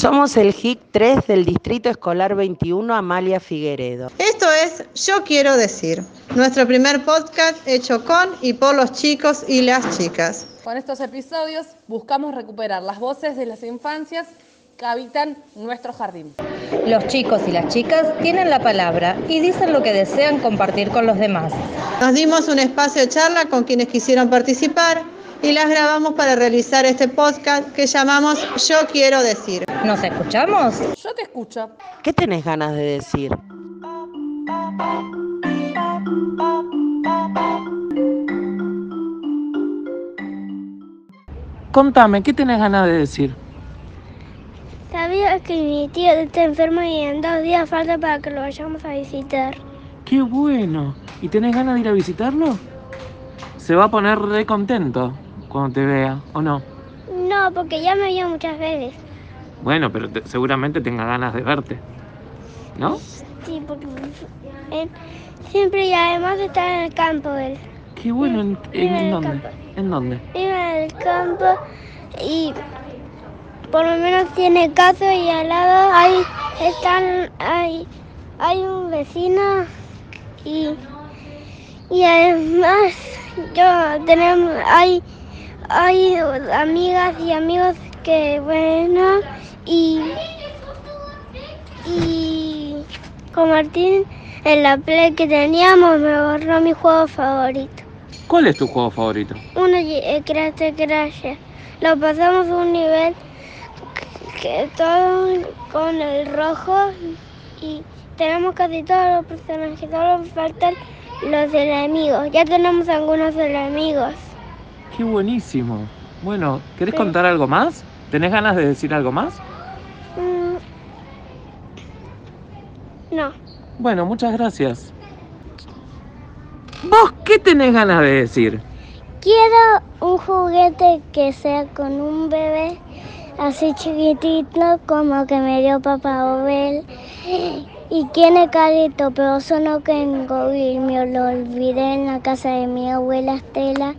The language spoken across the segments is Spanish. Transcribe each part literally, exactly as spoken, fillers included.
Somos el H I C tres del Distrito Escolar veintiuno Amalia Figueredo. Esto es Yo Quiero Decir, nuestro primer podcast hecho con y por los chicos y las chicas. Con estos episodios buscamos recuperar las voces de las infancias que habitan nuestro jardín. Los chicos y las chicas tienen la palabra y dicen lo que desean compartir con los demás. Nos dimos un espacio de charla con quienes quisieron participar y las grabamos para realizar este podcast que llamamos Yo Quiero Decir. ¿Nos escuchamos? Yo te escucho. ¿Qué tenés ganas de decir? Contame, ¿qué tenés ganas de decir? Sabía que mi tío está enfermo y en dos días falta para que lo vayamos a visitar. ¡Qué bueno! ¿Y tenés ganas de ir a visitarlo? Se va a poner re contento cuando te vea, ¿o no? No, porque ya me vio muchas veces. Bueno, pero te, seguramente tenga ganas de verte, ¿no? Sí, porque él siempre y además está en el campo él. ¡Qué bueno! ¿En, en, Vive en en el dónde? campo. ¿En dónde? Vive en el campo y por lo menos tiene casa y al lado hay están hay hay un vecino y y además yo tenemos hay hay amigas y amigos que bueno y y con Martín en la play que teníamos me borró mi juego favorito. ¿Cuál es tu juego favorito? Uno eh, Crash Crash. Lo pasamos a un nivel que todo con el rojo y tenemos casi todos los personajes, solo faltan los enemigos. Ya tenemos algunos enemigos. ¡Qué buenísimo! Bueno, ¿querés Sí. contar algo más? ¿Tenés ganas de decir algo más? Mm, no. Bueno, muchas gracias. ¿Vos qué tenés ganas de decir? Quiero un juguete que sea con un bebé así chiquitito como que me dio papá Obel. Y tiene carito, pero solo tengo y me lo olvidé en la casa de mi abuela Estela.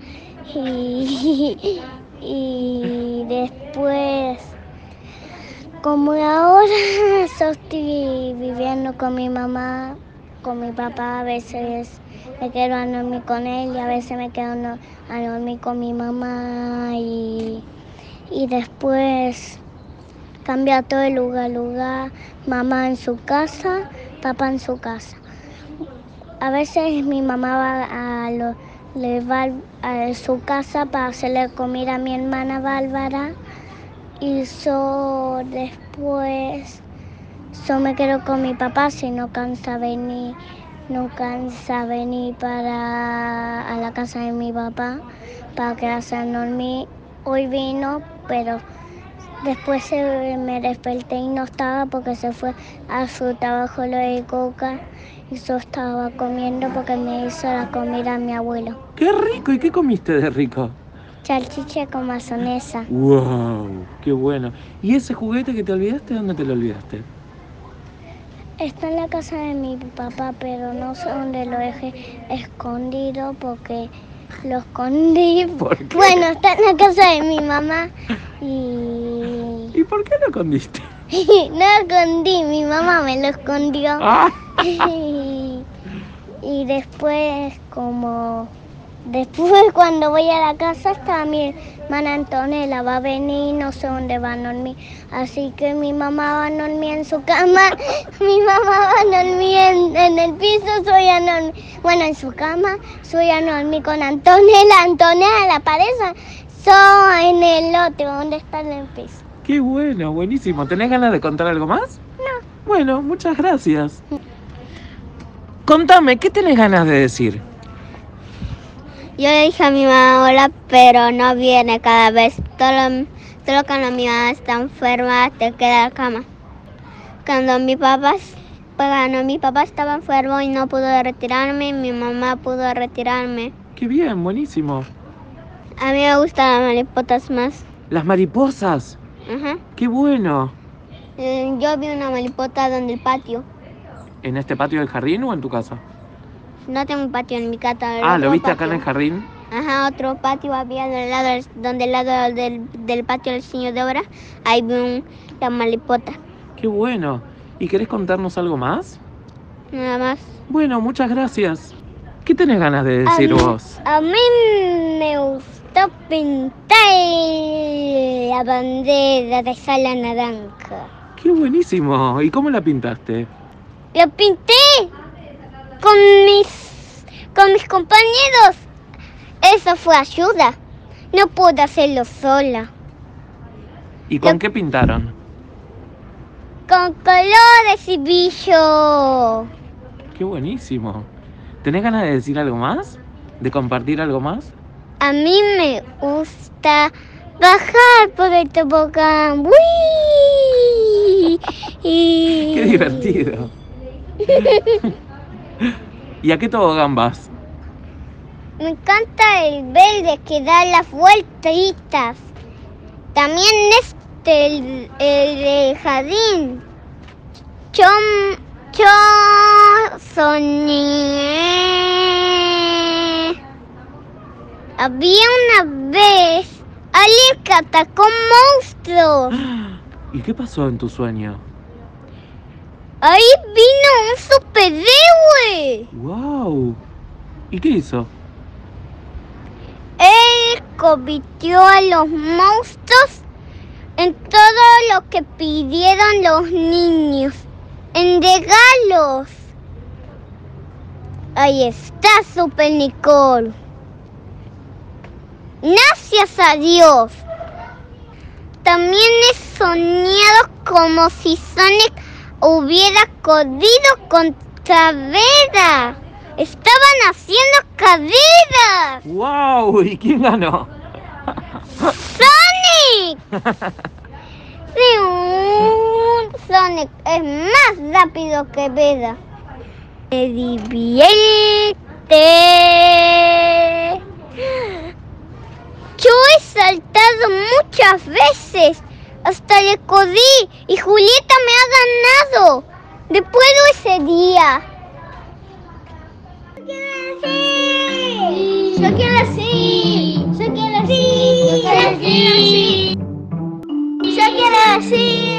Y, y después, como ahora yo estoy viviendo con mi mamá, con mi papá, a veces me quedo a dormir con él y a veces me quedo no, a dormir con mi mamá y, y después cambia todo de lugar a lugar, mamá en su casa, papá en su casa. A veces mi mamá va a, lo, le va a su casa para hacerle comida a mi hermana Bárbara y yo después yo me quedo con mi papá si no cansa venir. No cansa venir para a la casa de mi papá para quedarse a dormir. Hoy vino, pero después se, me desperté y no estaba porque se fue a su trabajo lo de coca y yo estaba comiendo porque me hizo la comida a mi abuelo. ¡Qué rico! ¿Y qué comiste de rico? Salchicha con mayonesa. ¡Wow! ¡Qué bueno! ¿Y ese juguete que te olvidaste, dónde te lo olvidaste? Está en la casa de mi papá, pero no sé dónde lo dejé escondido porque lo escondí. ¿Por qué? Bueno, está en la casa de mi mamá y ¿Y por qué lo escondiste? no lo escondí, mi mamá me lo escondió. ¡Ah! Y, y después, como después cuando voy a la casa está mi hermana Antonella, va a venir, no sé dónde va a dormir. Así que mi mamá va a dormir en su cama, mi mamá va a dormir en, en el piso, soy a dormir, bueno, en su cama, soy a dormir con Antonella, Antonella, la pareja, soy en el lote, donde está en el piso. ¡Qué bueno! Buenísimo. ¿Tenés ganas de contar algo más? No. Bueno, muchas gracias. Contame, ¿qué tenés ganas de decir? Yo le dije a mi mamá hola, pero no viene cada vez. Todo, todo cuando mi mamá está enferma, te queda en la cama. Cuando mi papá, cuando mi papá estaba enfermo y no pudo retirarme, mi mamá pudo retirarme. ¡Qué bien! Buenísimo. A mí me gustan las mariposas más. ¿Las mariposas? Ajá. ¡Qué bueno! Eh, Yo vi una mariposa donde el patio. ¿En este patio del jardín o en tu casa? No tengo un patio en mi casa. Ah, ¿lo viste acá en el jardín? Ajá, otro patio había del lado, del- donde el lado del, del patio del señor de obra, hay un, la malipota, Qué bueno. ¿Y querés contarnos algo más? nada más. Bueno, muchas gracias. ¿Qué tenés ganas de decir a, mí- vos? a mí me gustó pintar la bandera de sala naranja. Qué buenísimo. ¿Y cómo la pintaste? Lo pinté con mis, con mis compañeros. Eso fue ayuda. No pude hacerlo sola. ¿Y con Lo- qué pintaron? Con colores y brillo. Qué buenísimo. ¿Tenés ganas de decir algo más? ¿De compartir algo más? A mí me gusta bajar por el tobogán. ¡Uy! Y... Qué divertido. ¿Y a qué tobogán vas? Me encanta el verde que da las vueltitas. También este, el, el, del jardín. Yo, yo soñé. Había una vez alguien que atacó monstruos. ¿Y qué pasó en tu sueño? Ahí vino un superhéroe. ¡Wow! ¿Y qué hizo? Él convirtió a los monstruos en todo lo que pidieron los niños, en regalos. Ahí está, Super Nicole. Gracias a Dios. También he soñado como si Sonic hubiera corrido contra Vera. Estaban haciendo carreras. ¡Wow! ¿Y quién ganó? ¡Sonic! Sí, un Sonic es más rápido que Vera. Me divierte. Yo he saltado muchas veces. Hasta le corrí y Julieta me ha ganado. Recuerdo ese día. Yo quiero así. Yo quiero así. Yo quiero así. Yo quiero así. Yo quiero así.